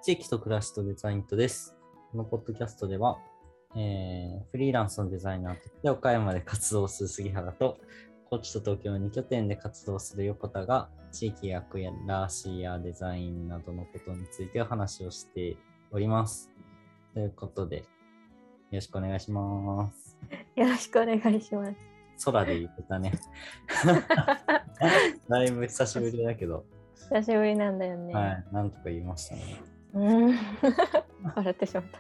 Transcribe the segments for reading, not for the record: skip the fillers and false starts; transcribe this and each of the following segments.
地域と暮らしとデザインとです。このポッドキャストでは、フリーランスのデザイナーとして岡山で活動する杉原と、高知と東京2拠点で活動する横田が、地域や暮らしやデザインなどのことについてお話をしております。ということで、よろしくお願いします。 よろしくお願いします。 空で言ってたね。だいぶ久しぶりだけど。 久しぶりなんだよね。 はい、なんとか言いましたね。 笑ってしまった。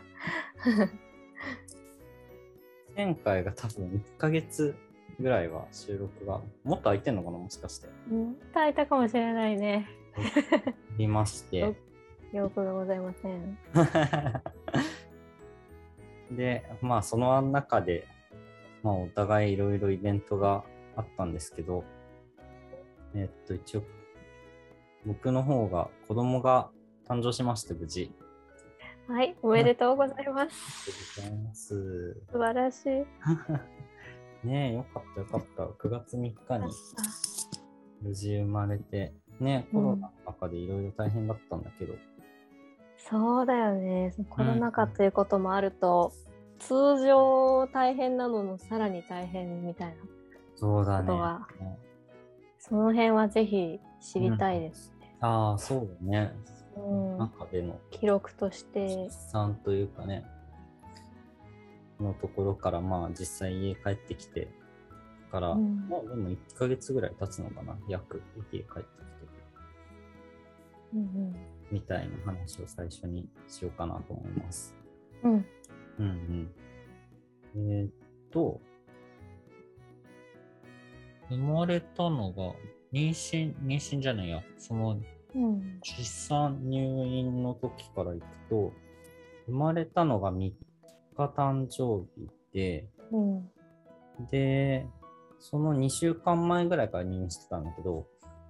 前回が多分1ヶ月ぐらいは収録がもっと空いてんのかな、もしかして。 空いたかもしれないね。 いまして。 記憶がございません。 で、まあその中で、まあお互いいろいろイベントがあったんですけど、一応僕の方が子供が誕生しまして、無事。 はい、おめでとうございます。 ありがとうございます。 素晴らしい。 ねえ、よかったよかった。9月3日に無事生まれて、ね、コロナの中でいろいろ大変だったんだけど。 そうだよね。コロナ禍ということもあると、通常大変なののさらに大変みたいなそうだね。 その辺はぜひ知りたいですね。 ああ、そうだね。中での記録として出産というかね、のところからまあ実際家帰ってきてから、もうでも1ヶ月ぐらい経つのかな、約家帰ってきて、みたいな話を最初にしようかなと思います。生まれたのが妊娠じゃないや、その出産入院の時からいくと、生まれたのが3日誕生日で、で、その2週間前ぐらいから入院してたんだけど、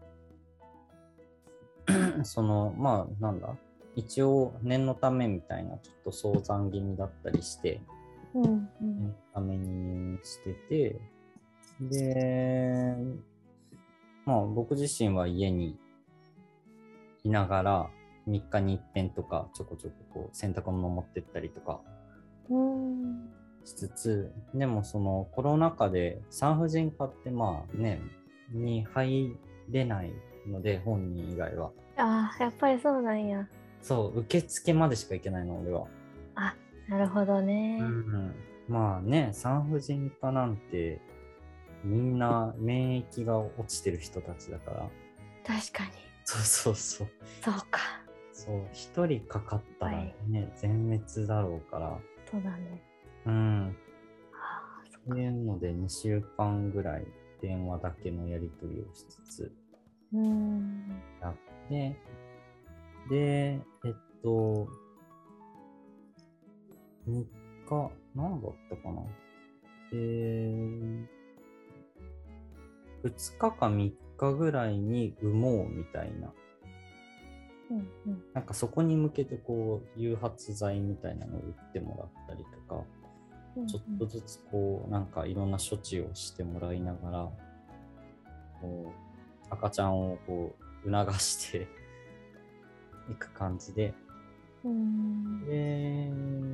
まあなんだ、一応念のためみたいなちょっと早産気味だったりして、念のために入院してて、で、まあ僕自身は家にいながら3日に一遍とかちょこちょここう洗濯物持ってったりとかしつつ、でもそのコロナ禍で産婦人科ってまあねに入れないので、本人以外は。 ああ、やっぱりそうなんや。 そう、受付までしか行けないの俺は。 あ、なるほどね。 まあね、産婦人科なんてみんな免疫が落ちてる人たちだから。 確かに。 そうそうか。 そう、一人かかったらね、全滅だろうから。 そうだね。 そういうので2週間ぐらい電話だけのやり取りをしつつやって、で、3日、何だったかな。2日か3日ぐらいに産もうみたいな。なんかそこに向けてこう誘発剤みたいなのを打ってもらったりとか、ちょっとずつこうなんかいろんな処置をしてもらいながら、こう赤ちゃんをこう促していく感じで、で、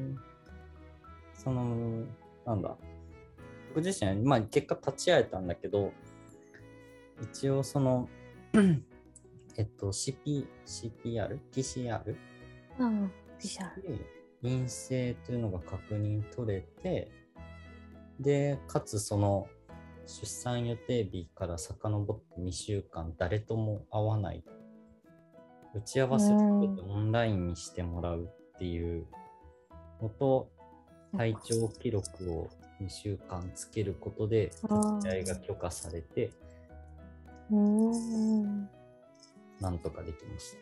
なんだ、僕自身はまあ結果立ち会えたんだけど、一応CPR、PCR、陰性というのが確認取れて、で、かつその出産予定日から遡って2週間誰とも会わない、打ち合わせをオンラインにしてもらうっていうのと、体調記録を2週間つけることで立ち会いが許可されて、なんとかできました。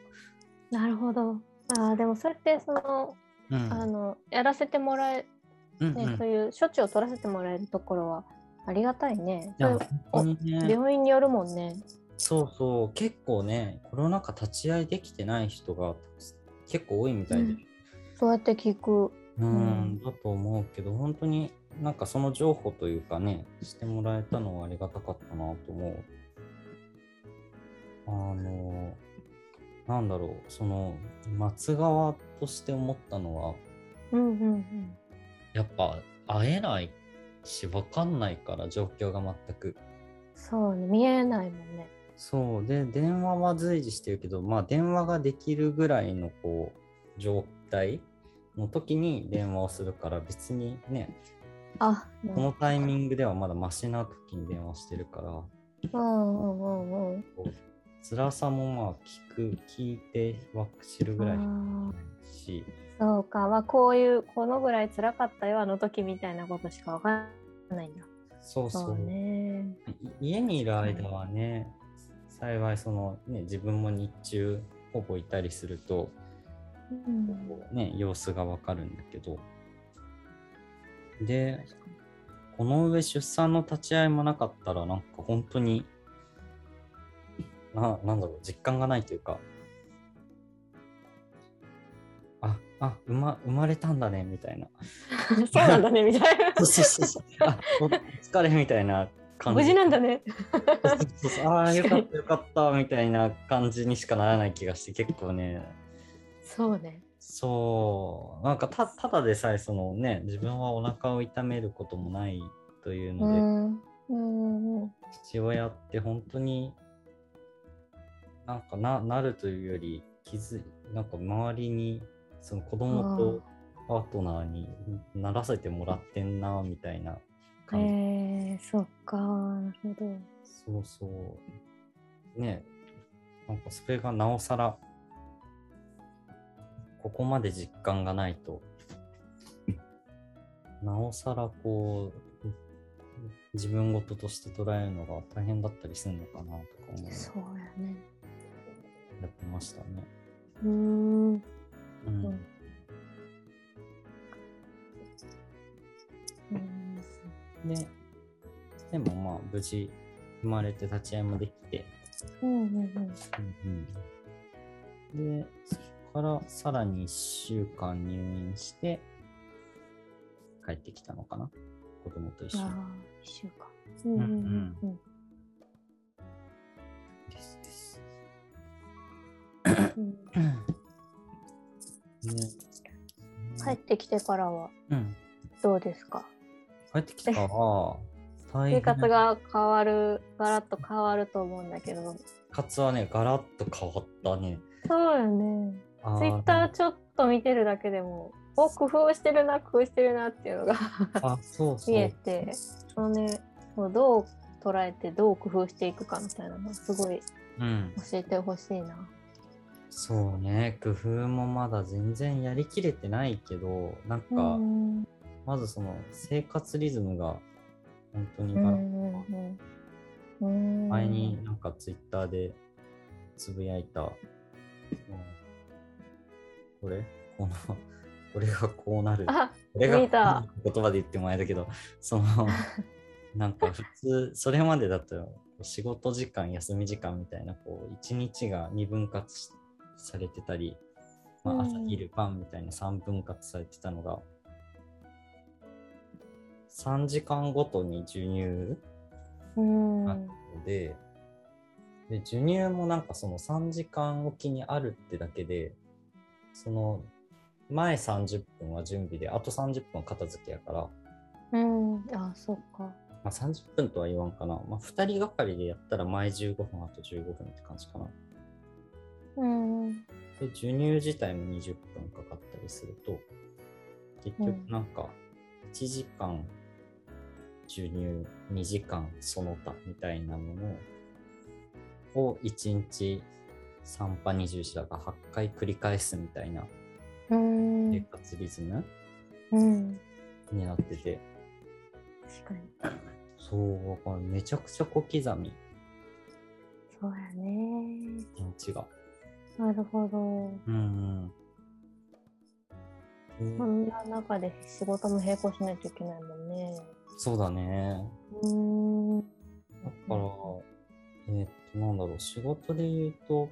なるほど。でもそうやってやらせてもらえ、そういう処置を取らせてもらえるところはありがたいね。病院によるもんね。 そう、結構ね、コロナ禍立ち会いできてない人が結構多いみたいで、 そうやって聞く。 だと思うけど、本当になんかその情報というかね、してもらえたのはありがたかったなと思う。なんだろう、松川ととして思ったのは、やっぱ会えないし分かんないから、状況が全く。 そうね、見えないもんね。 そうで、電話は随時してるけど、まあ電話ができるぐらいのこう状態の時に電話をするから、別にね、このタイミングではまだマシな時に電話してるから、辛さもまあ聞いて知るぐらいし。 そうか、まあこのぐらい辛かったよあの時みたいなことしか分からないんだ。 そうね。家にいる間はね、幸いそのね、自分も日中ほぼいたりすると、ね、様子がわかるんだけど、でこの上出産の立ち会いもなかったら、なんか本当になんだろう、実感がないというか、生まれたんだねみたいなそうなんだねみたいなそうお疲れみたいな感じ、 無事なんだねよかったみたいな感じにしかならない気がして、結構ね。 そうね。 そうなんかただでさえそのね、自分はお腹を痛めることもないというので、父親って本当になんかなるというよりなんか周りにその子供とパートナーにならせてもらってんなみたいな感じ。 そっか、なるほど。そうね、なんかそれがなおさらここまで実感がないと、なおさらこう自分事として捉えるのが大変だったりするのかなとか思う。 そうやね。 やってましたね。でもまあ無事生まれて立ち会いもできて、でそこからさらに1週間入院して帰ってきたのかな、子供と一緒に。 1週間。 です。 帰ってきてからはどうですか？ 帰ってきてからは生活がガラッと変わると思うんだけど。 生活はね、ガラッと変わったね。 そうよね。ツイッターちょっと見てるだけでも、工夫してるなっていうのが見えて、どう捉えてどう工夫していくかみたいなのがすごい教えてほしいな。 そうね、工夫もまだ全然やりきれてないけど、なんかまずその生活リズムが本当にガラッと、前になんかツイッターでつぶやいた、これがこうなる。これが言葉で言ってもあれだけど、なんか普通それまでだと仕事時間休み時間みたいなこう1日が2分割されてたり、朝昼晩みたいな3分割されてたのが、3時間ごとに授乳なので、授乳もなんかその3時間おきにあるってだけで、その前30分は準備で、あと30分は片付けやから。 そっか。 30分とは言わんかな。2人がかりでやったら前15分、あと15分って感じかな。で、授乳自体も20分かかったりすると、結局なんか1時間授乳、2時間その他みたいなものを1日3波20だから8回繰り返すみたいな生活リズムになってて、 確かにそうめちゃくちゃ小刻み。 そうやね、 一日が。 なるほど。そんな中で仕事も並行しないといけないもんね。 そうだね。だからなんだろう、仕事で言うと、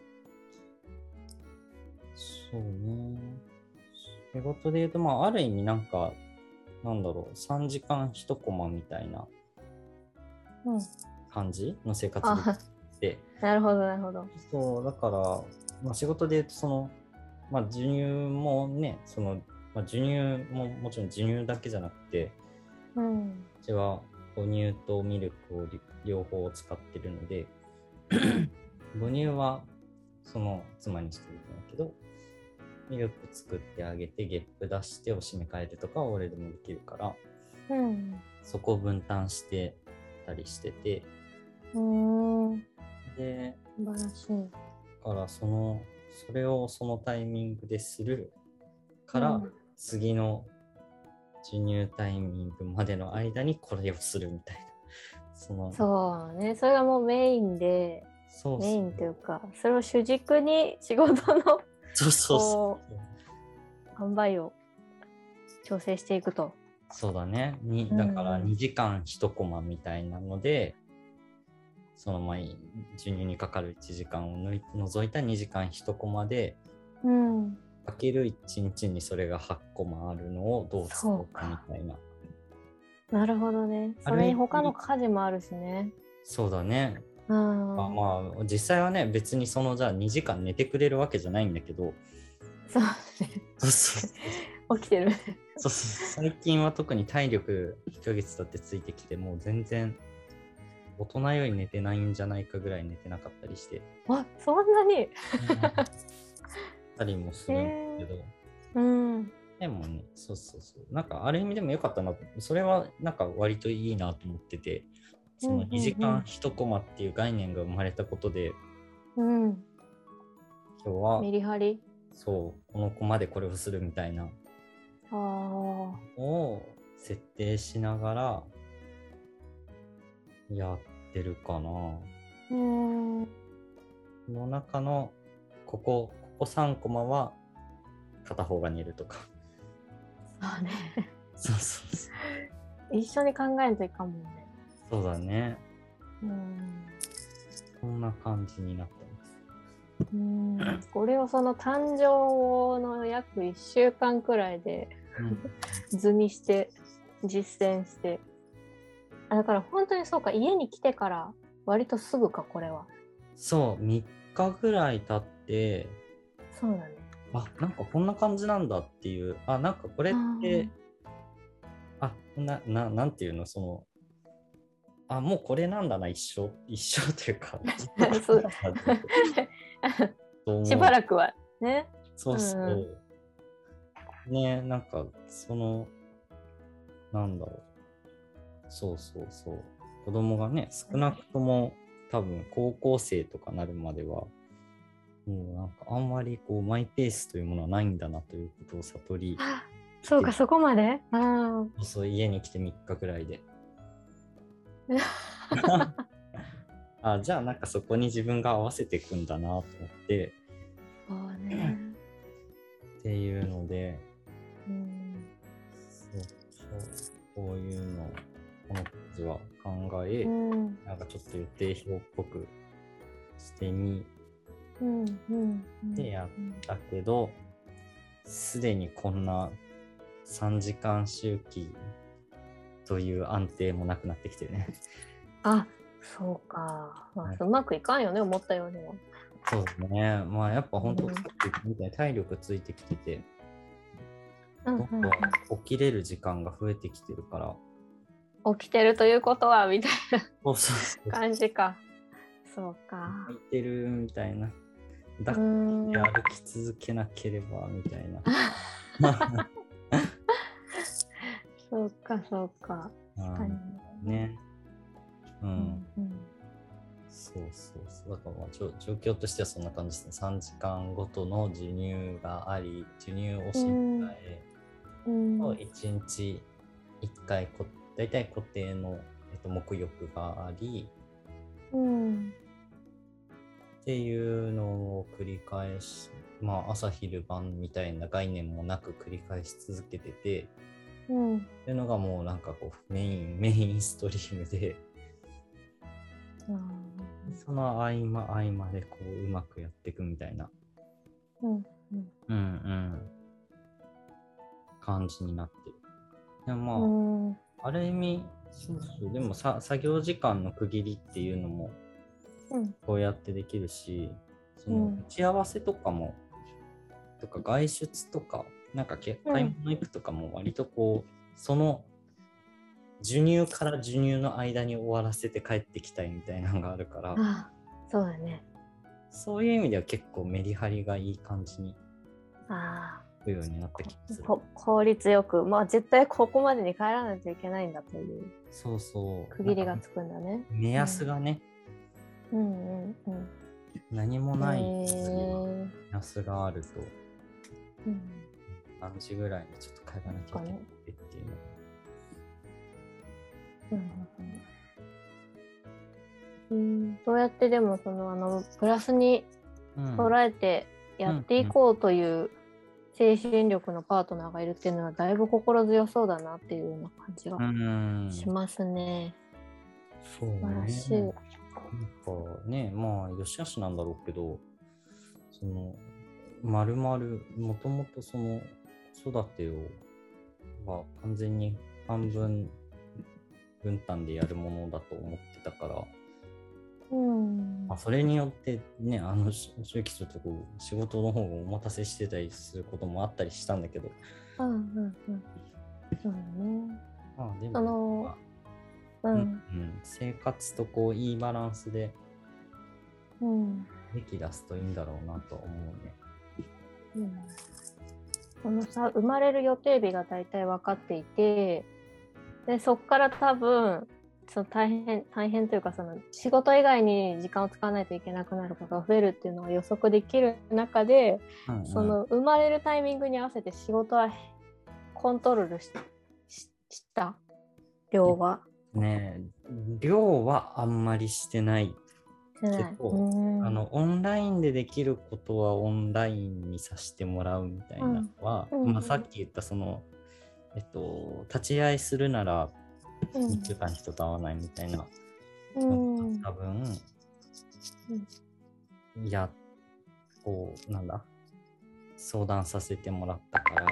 そうね、仕事で言うとある意味なんかなんだろう、3時間1コマみたいな感じの生活で、 なるほど。 そうだから、仕事で言うとその授乳もね、授乳ももちろん授乳だけじゃなくて、うちは母乳とミルクを両方使ってるので母乳はその妻にしてるんだけど、ミルク作ってあげてゲップ出しておしめ替えるとかは俺でもできるから、そこを分担してたりしてて、で、 素晴らしい。 だからそれをそのタイミングでするから、次の授乳タイミングまでの間にこれをするみたいな。 そうね、それがもうメインで、メインというか、それを主軸に仕事の塩梅を調整していくと。 そうだね。だから2時間1コマみたいなので、その前に授乳にかかる1時間を除いた2時間1コマで、かける1日にそれが8コマあるのをどう使うかみたいな。 なるほどね。それに他の家事もあるしね。 そうだね。実際はね、別にじゃあ2時間寝てくれるわけじゃないんだけど。 そうね。起きてる。 最近は特に体力1ヶ月経ってついてきて、もう全然大人より寝てないんじゃないかぐらい寝てなかったりして。 そんなにたりもするんだけど。でもね、なんかある意味でも良かったな。それはなんか割といいなと思ってて、その2時間1コマっていう概念が生まれたことで、今日はメリハリ、 このコマでこれをするみたいなを設定しながらやってるかな。の中のここ3コマは片方が寝るとか。 そうね。 そう一緒に考えんといかんもんね。 そうだね。そんな感じになってます。これをその誕生の約1週間くらいで、図にして実践して。だから本当にそうか、家に来てから割とすぐか、これは。 そう、3日ぐらい経って、 そうだね。 なんかこんな感じなんだっていう、なんかこれって、なんていうの、もうこれなんだな、一生というか。 しばらくはね。 ね、なんか、なんだろう。子供がね、少なくとも多分高校生とかなるまでは、もうなんかあんまりマイペースというものはないんだなということを悟り。 そうか、そこまで？ 家に来て3日ぐらいで。じゃあなんかそこに自分が合わせていくんだなと思って。っていうので、こういうのをこの記事は考え、なんかちょっと予定表っぽくしてみてやったけど、すでにこんな3時間周期という安定もなくなってきてね。 そうか。うまくいかんよね、思ったようには。 そうですね。やっぱ本当、さっき言ったみたいに体力ついてきてて、どんどん起きれる時間が増えてきてるから。 起きてるということはみたいな感じか。そうか。 起きてるみたいな。だって歩き続けなければみたいな。 そうか。確かにね。だから状況としてはそんな感じですね。3時間ごとの授乳があり、授乳をし替えを1日1回だいたい固定の、沐浴があり、っていうのを繰り返し、朝昼晩みたいな概念もなく繰り返し続けてて、っていうのがもうなんかメインストリームで、その合間でうまくやっていくみたいな感じになってる。でもある意味でも作業時間の区切りっていうのもこうやってできるし、打ち合わせとかもとか外出とか、なんか買い物行くとかも割とこう、その授乳から授乳の間に終わらせて帰ってきたいみたいなのがあるから、 そうだね。 そういう意味では結構メリハリがいい感じに行くようになった気がする。 効率よく、まあ絶対ここまでに帰らないといけないんだという。 そうそう。 区切りがつくんだね。 目安がね。何もない目安があると、何時ぐらいにちょっと帰らなきゃいけないっていうの。そうやってでもプラスに捉えてやっていこうという精神力のパートナーがいるっていうのはだいぶ心強そうだなっていうような感じがしますね。 そうね。素晴らしい。なんかね、まあよしあしなんだろうけど、その丸々もともとその子育ては完全に半分分担でやるものだと思ってたから、まあ、それによってね、正直ちょっとこう仕事の方がお待たせしてたりすることもあったりしたんだけど、 そうね。 まあでも、生活とこういいバランスででき出すといいんだろうなと思うね。 このさ、生まれる予定日が大体分かっていて、でそこから多分大変というか、仕事以外に時間を使わないといけなくなることが増えるっていうのが予測できる中で、生まれるタイミングに合わせて仕事はコントロールした量はね、量はあんまりしてないけど、オンラインでできることはオンラインにさせてもらうみたいなのは、さっき言った立ち会いするなら2週間に人と会わないみたいなのが多分、相談させてもらったから、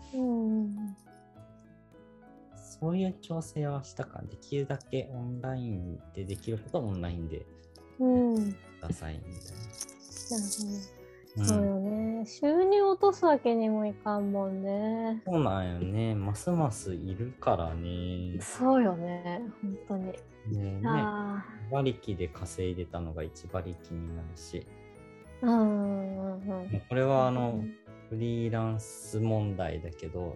そういう調整はしたから、できるだけオンラインでできることはオンラインでくださいみたいな。そうよね。収入落とすわけにもいかんもんね。 そうなんよね。ますますいるからね。 そうよね。本当に。 1馬力で稼いでたのが1馬力になるし。これはフリーランス問題だけど、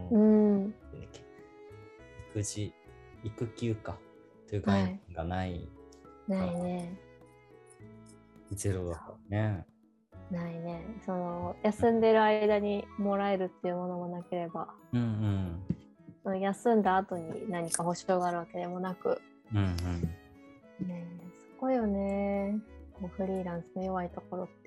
育休かという概念がないね。 ゼロだからね。 ないね。休んでる間にもらえるっていうものもなければ、休んだ後に何か保証があるわけでもなく、そこよね。フリーランスの弱いところって。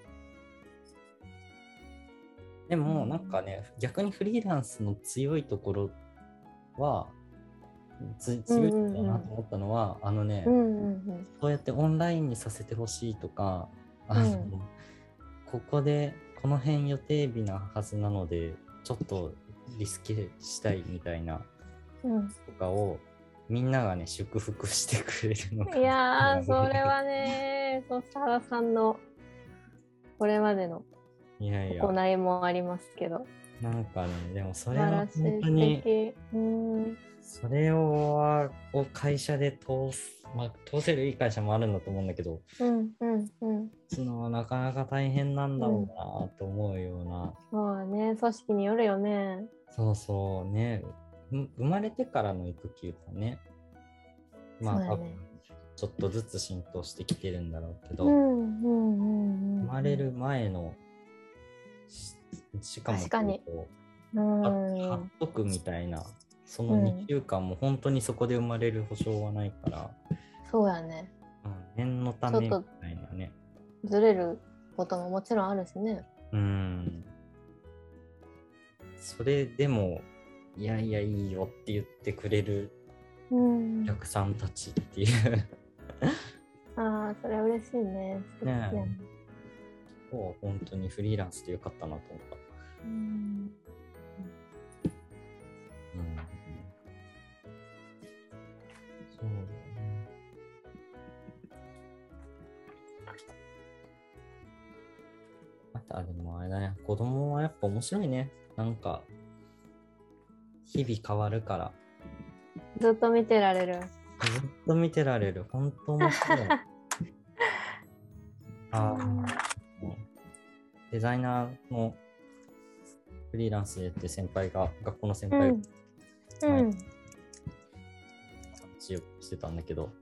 でもなんかね、逆にフリーランスの強いところは強いだなと思ったのは、そうやってオンラインにさせてほしいとか、ここでこの辺予定日なはずなのでちょっとリスケしたいみたいなとかをみんながね祝福してくれるのか。 いやー、それはね、佐田さんのこれまでの行いもありますけど、 なんかね、でもそれは本当にそれを会社で通せるいい会社もあるんだと思うんだけど、なかなか大変なんだろうなと思うような。 そうね、組織によるよね。 そうね、生まれてからの育休だね。ちょっとずつ浸透してきてるんだろうけど、生まれる前のしかも貼っとくみたいな、その2週間も本当にそこで生まれる保証はないから、 そうやね。 念のためみたいなね。 ずれることももちろんあるしね。 それでもいやいやいいよって言ってくれるお客さんたちっていうそれは嬉しいね。 本当にフリーランスでよかったなと思った。そうだね。あでもあれだね、子供はやっぱ面白いね。なんか、日々変わるから。 ずっと見てられる。 ずっと見てられる。本当面白い。デザイナーのフリーランスでって学校の先輩が、話をしてたんだけど、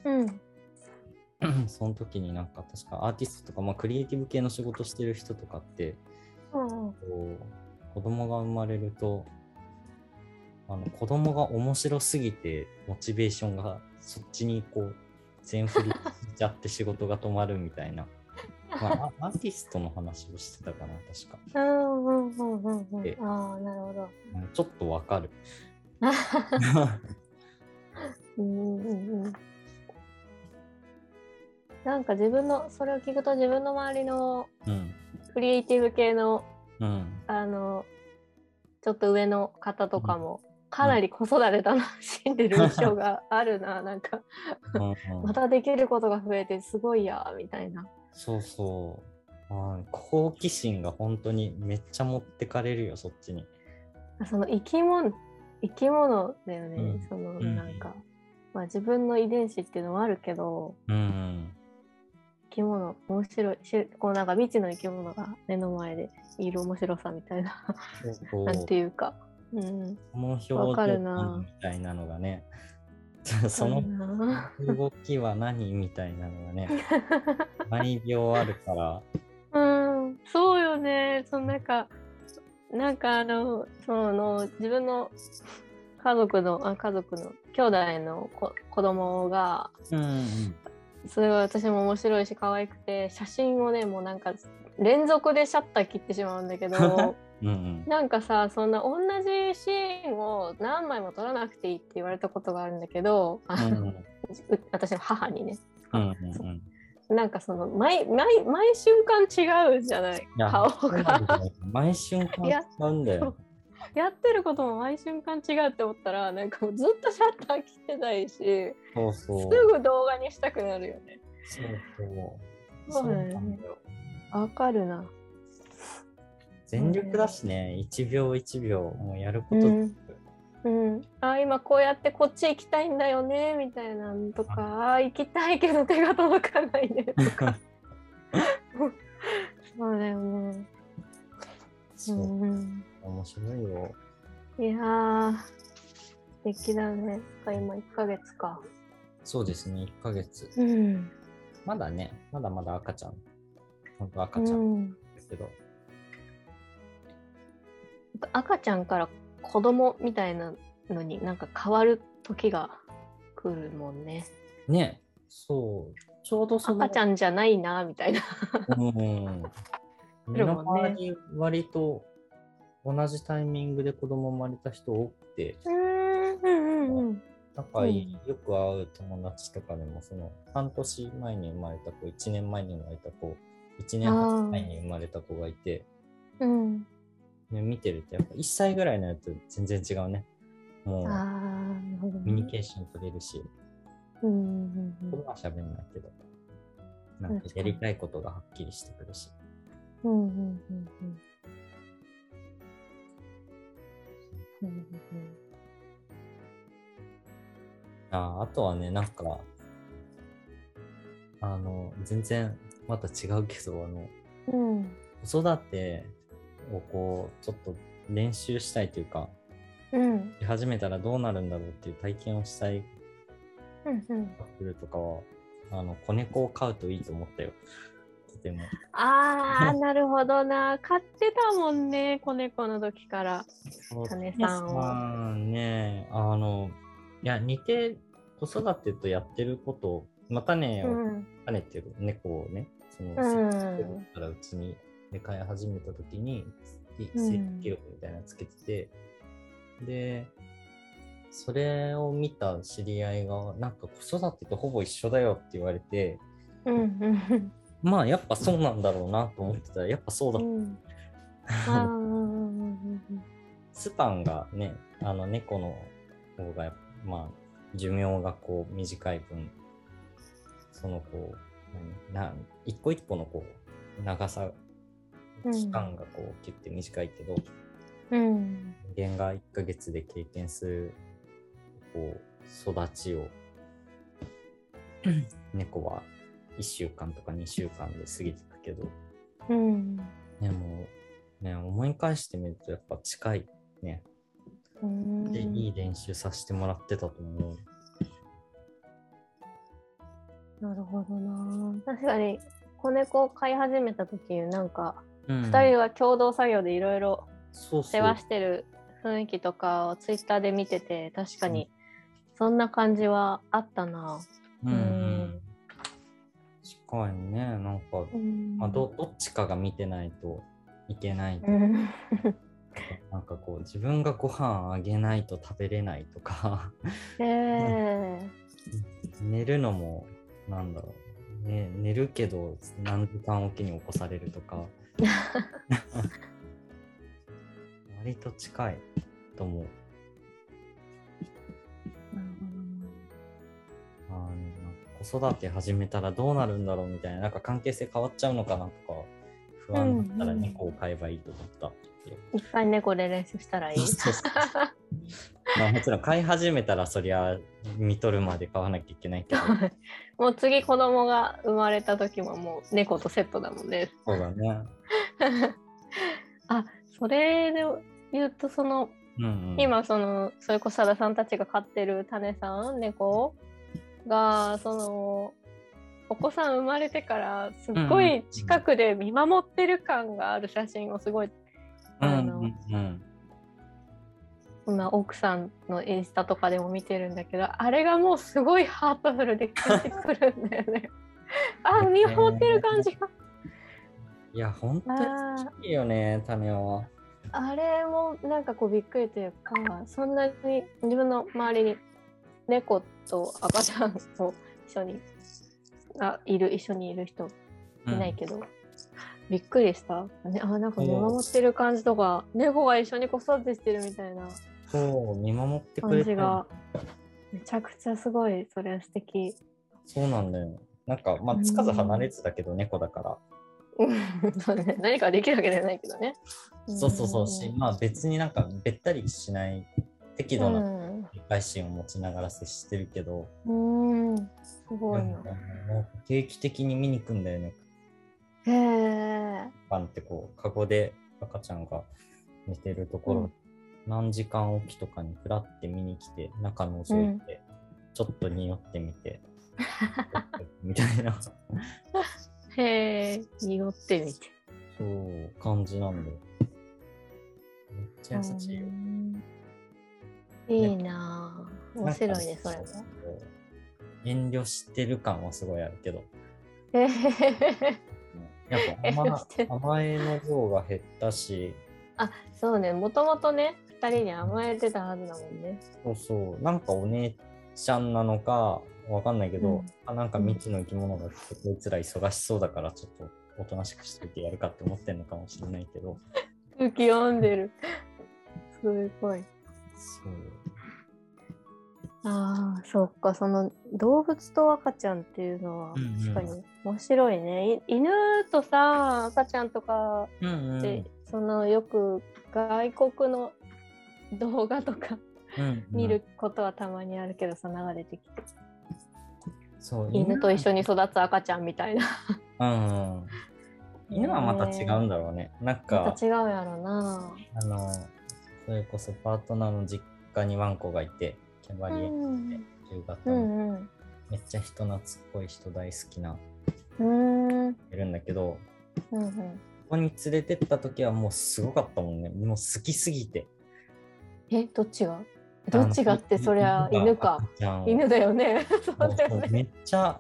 その時になんか確かアーティストとか、クリエイティブ系の仕事してる人とかって、子供が生まれると子供が面白すぎてモチベーションがそっちにこう全振りしちゃって仕事が止まるみたいな、アーティストの話をしてたかな確か。 ああ、なるほど。 ちょっとわかる。 なんかそれを聞くと自分の周りのクリエイティブ系の、ちょっと上の方とかも、かなり子育て楽しんでる印象があるな、なんかまたできることが増えてすごいやみたいな。 そうそう、好奇心が本当にめっちゃ持ってかれるよそっちに。 その生き物だよね、なんか、自分の遺伝子っていうのもあるけど、生き物面白いこうなんか未知の生き物が目の前でいる面白さみたいななんていうか、 わかるなみたいなのがねその動きは何みたいなのがね毎秒あるからそうよね。なんか自分の家族の兄弟の子供が、それは私も面白いし可愛くて、写真をねもうなんか連続でシャッター切ってしまうんだけどなんかさ、そんな同じシーンを何枚も撮らなくていいって言われたことがあるんだけど、私の母にね、なんか毎瞬間違うじゃない、顔が毎瞬間違うんだよ。 やってることも毎瞬間違うって思ったら、なんかもうずっとシャッター切ってないし、すぐ動画にしたくなるよね。そうだよね。わかるな。 全力だしね、1秒1秒もうやること今こうやってこっち行きたいんだよねみたいなのとか、行きたいけど手が届かないねとかそうだよね。 面白いよ。 いやー素敵だね。今1ヶ月か。 そうですね、1ヶ月。まだね、まだまだ赤ちゃん。本当赤ちゃんですけど。 赤ちゃんから子供みたいなのになんか変わる時が来るもんね。 ね、そう。ちょうど赤ちゃんじゃないなみたいな。 身の回り割と同じタイミングで子供生まれた人多くて、仲いい、よく会う友達とかでも半年前に生まれた子、1年前に生まれた子、1年半前に生まれた子がいて、見てるとやっぱ1歳ぐらいのやつ全然違うね。もうコミュニケーション取れるし、子供は喋んないけど、なんかやりたいことがはっきりしてくるし。あとはね、なんか全然また違うけど子育てをこうちょっと練習したいというか、し始めたらどうなるんだろうっていう体験をしたいカップルとかは子猫を飼うといいと思ったよ。とても。 なるほどな。飼ってたもんね、子猫の時から。種さんを。 ね、いや似て子育てとやってることまたね、種っていう猫をね、からうちに飼い始めた時に生育記録みたいなのつけてて、でそれを見た知り合いがなんか子育てとほぼ一緒だよって言われて、まあやっぱそうなんだろうなと思ってたらやっぱそうだった。スパンがね、猫の方が寿命がこう短い分、一個一個のこう長さ期間がこうキュッて短いけど、 人間が1ヶ月で経験するこう育ちを猫は1週間とか2週間で過ぎていくけど、でもね、思い返してみるとやっぱ近いね。で、いい練習させてもらってたと思う。 なるほどな。確かに子猫を飼い始めた時なんか、2人は共同作業でいろいろ世話してる雰囲気とかをツイッターで見てて、確かにそんな感じはあったな。 近いね。なんか、まあ、どっちかが見てないといけない。なんかこう自分がご飯あげないと食べれないとか寝るのもなんだろう、ね、寝るけど何時間おきに起こされるとか割と近いと思う。子育て始めたらどうなるんだろうみたいな、なんか関係性変わっちゃうのかなとか不安だったら猫を飼えばいいと思った。 いっぱい猫で練習したらいい。 まあもちろん飼い始めたらそりゃ見とるまで飼わなきゃいけないけどもう次子供が生まれた時ももう猫とセットだもんね。 そうだね。 あ、それで言うと今それこそ佐田さんたちが飼ってる種さん猫がお子さん生まれてからすっごい近くで見守ってる感がある写真をすごい今奥さんのインスタとかでも見てるんだけど、あれがもうすごいハートフルでキュンってくるんだよね。見守ってる感じが。 いや本当にいいよね、種は。 あれもなんかこうびっくりというか、そんなに自分の周りに猫と赤ちゃんを一緒にいる人いないけど、びっくりした。なんか見守ってる感じとか、猫が一緒に子育てしてるみたいな見守ってくれてる感じがめちゃくちゃすごい、それは素敵。 そうなんだよ。なんかまあつかず離れずだけど猫だから。 そうね、何かできるわけじゃないけどね。 そうし、まあ別になんかべったりしない適度な理解心を持ちながら接してるけど、 すごいな。 定期的に見に行くんだよね。 へえ。 パンってこうカゴで赤ちゃんが寝てるところ、何時間おきとかにふらって見に来て中覗いて、ちょっと匂ってみてみたいな。 へえ、匂ってみて。 そう感じなんだよ。めっちゃ優しいよ。 いいなぁ。面白いね、それも。 遠慮してる感はすごいあるけど。やっぱ甘えの量が減ったし。 そうね、もともとね、2人に甘えてたはずだもんね。 そう、なんかお姉ちゃんなのかわかんないけど、なんか未知の生き物が来てこいつら忙しそうだからちょっとおとなしくしておいてやるかって思ってんのかもしれないけど。 空気読んでる。すごい。そうか、その動物と赤ちゃんっていうのは確かに面白いね。犬とさ、赤ちゃんとかで、よく外国の動画とか見ることはたまにあるけどさ、流れてきて。犬と一緒に育つ赤ちゃんみたいな。 犬はまた違うんだろうね。なんかまた違うやろな。 それこそパートナーの実家にワンコがいて、キャバリエに夕方のめっちゃ人懐っこい人大好きないるんだけど、ここに連れてった時はもうすごかったもんね。もう好きすぎて。 どっちがってそりゃ犬か。犬だよね。そうだよね。 めっちゃ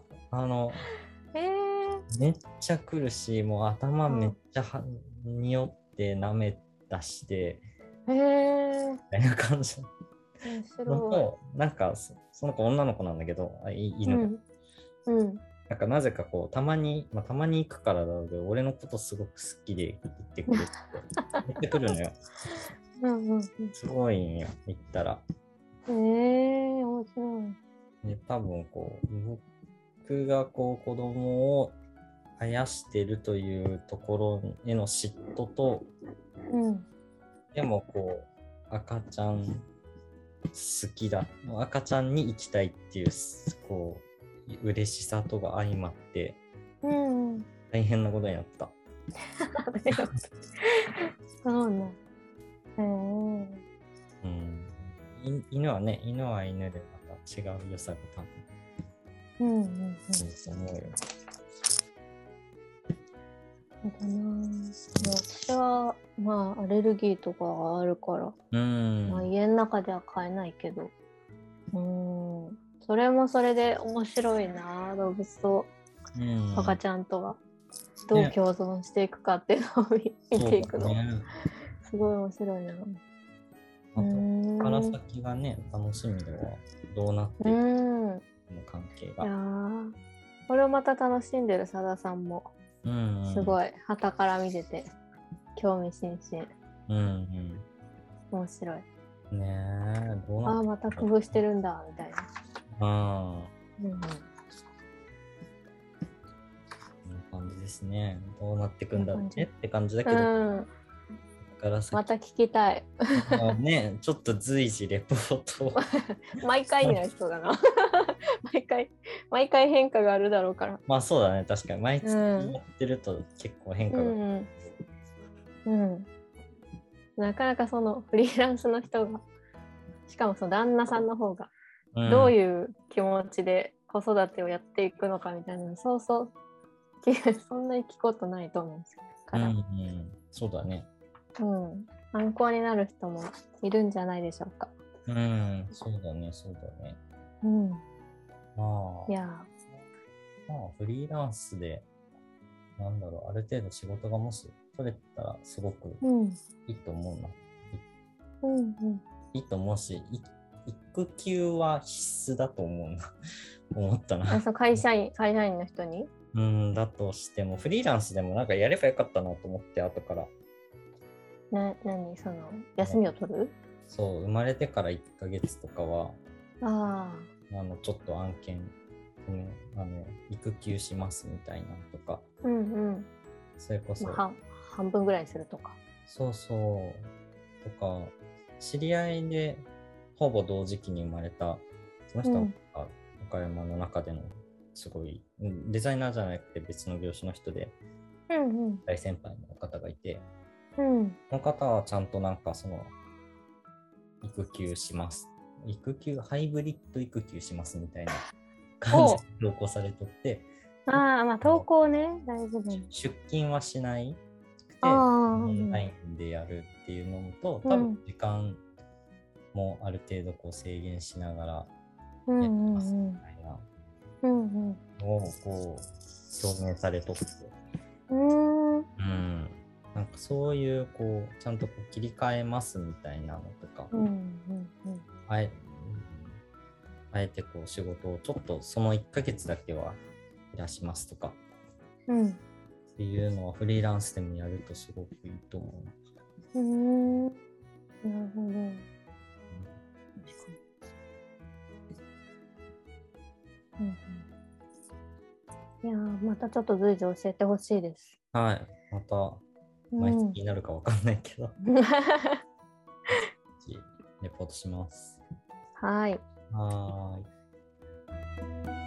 めっちゃ来るし、もう頭めっちゃ匂って舐め出して、みたいな感じ。なんかその子女の子なんだけど、犬なんかなぜかこうたまに行くからだろうけど、俺のことすごく好きで言ってくれて言ってくるのよ。すごいんよ、言ったら。 面白い。 多分こう僕がこう子供を生やしてるというところへの嫉妬と、でもこう赤ちゃん好きだ、赤ちゃんに行きたいっていうこう嬉しさとが相まって、大変なことになった。 そうね。 犬はね、犬は犬でまた違う良さが多分。そう思うよ。 私はまあアレルギーとかがあるから、まあ、家の中では飼えないけど、それもそれで面白いな、動物と赤ちゃんとはどう共存していくかっていうのを見ていくの、すごい面白いな。 あとから先がね、楽しみではどうなっていくの関係が。 いやこれをまた楽しんでる佐田さんもすごい傍から見てて興味津々。面白い。 ねえ、どうなってまた工夫してるんだみたいな。こんな感じですね。どうなってくんだろうねって感じだけど。 また聞きたい。 ね、ちょっと随時レポートを毎回になりそうだな。毎回変化があるだろうから。 まあそうだね、確かに毎月やってると結構変化が、 なかなかそのフリーランスの人が、しかもその旦那さんの方がどういう気持ちで子育てをやっていくのかみたいなの、そんなに聞くことないと思うんですから、 そうだね。 参考になる人もいるんじゃないでしょうか。 そうだね、そうだね。 いやまあフリーランスでなんだろう、ある程度仕事がもし取れたらすごくいいと思うな。いいと思うし、育休は必須だと思うな。思ったな。 会社員の人にだとしてもフリーランスでもなんかやればよかったなと思って、後から。 何その休みを取る？ そう、生まれてから1ヶ月とかはちょっと案件育休しますみたいなとか、それこそ、 半分ぐらいするとか、 そうとか、知り合いでほぼ同時期に生まれたその人が岡山の中でのすごいデザイナーじゃなくて別の業種の人で、大先輩の方がいて、この方はちゃんとなんかその育休します、ハイブリッド育休しますみたいな感じで投稿されとって、 まあ投稿ね、大丈夫。 出勤はしないくてオンラインでやるっていうのと、多分時間もある程度こう制限しながらやってますみたいなのをこう表明されとって、なんかそういうこうちゃんとこう切り替えますみたいなのとか、あえてこう仕事をちょっとその1ヶ月だけは減らしますとか、っていうのはフリーランスでもやるとすごくいいと思う。 なるほど。いやまたちょっと随時教えてほしいです。 はい、また毎月になるかわかんないけど、レポートします。 はい。 はい。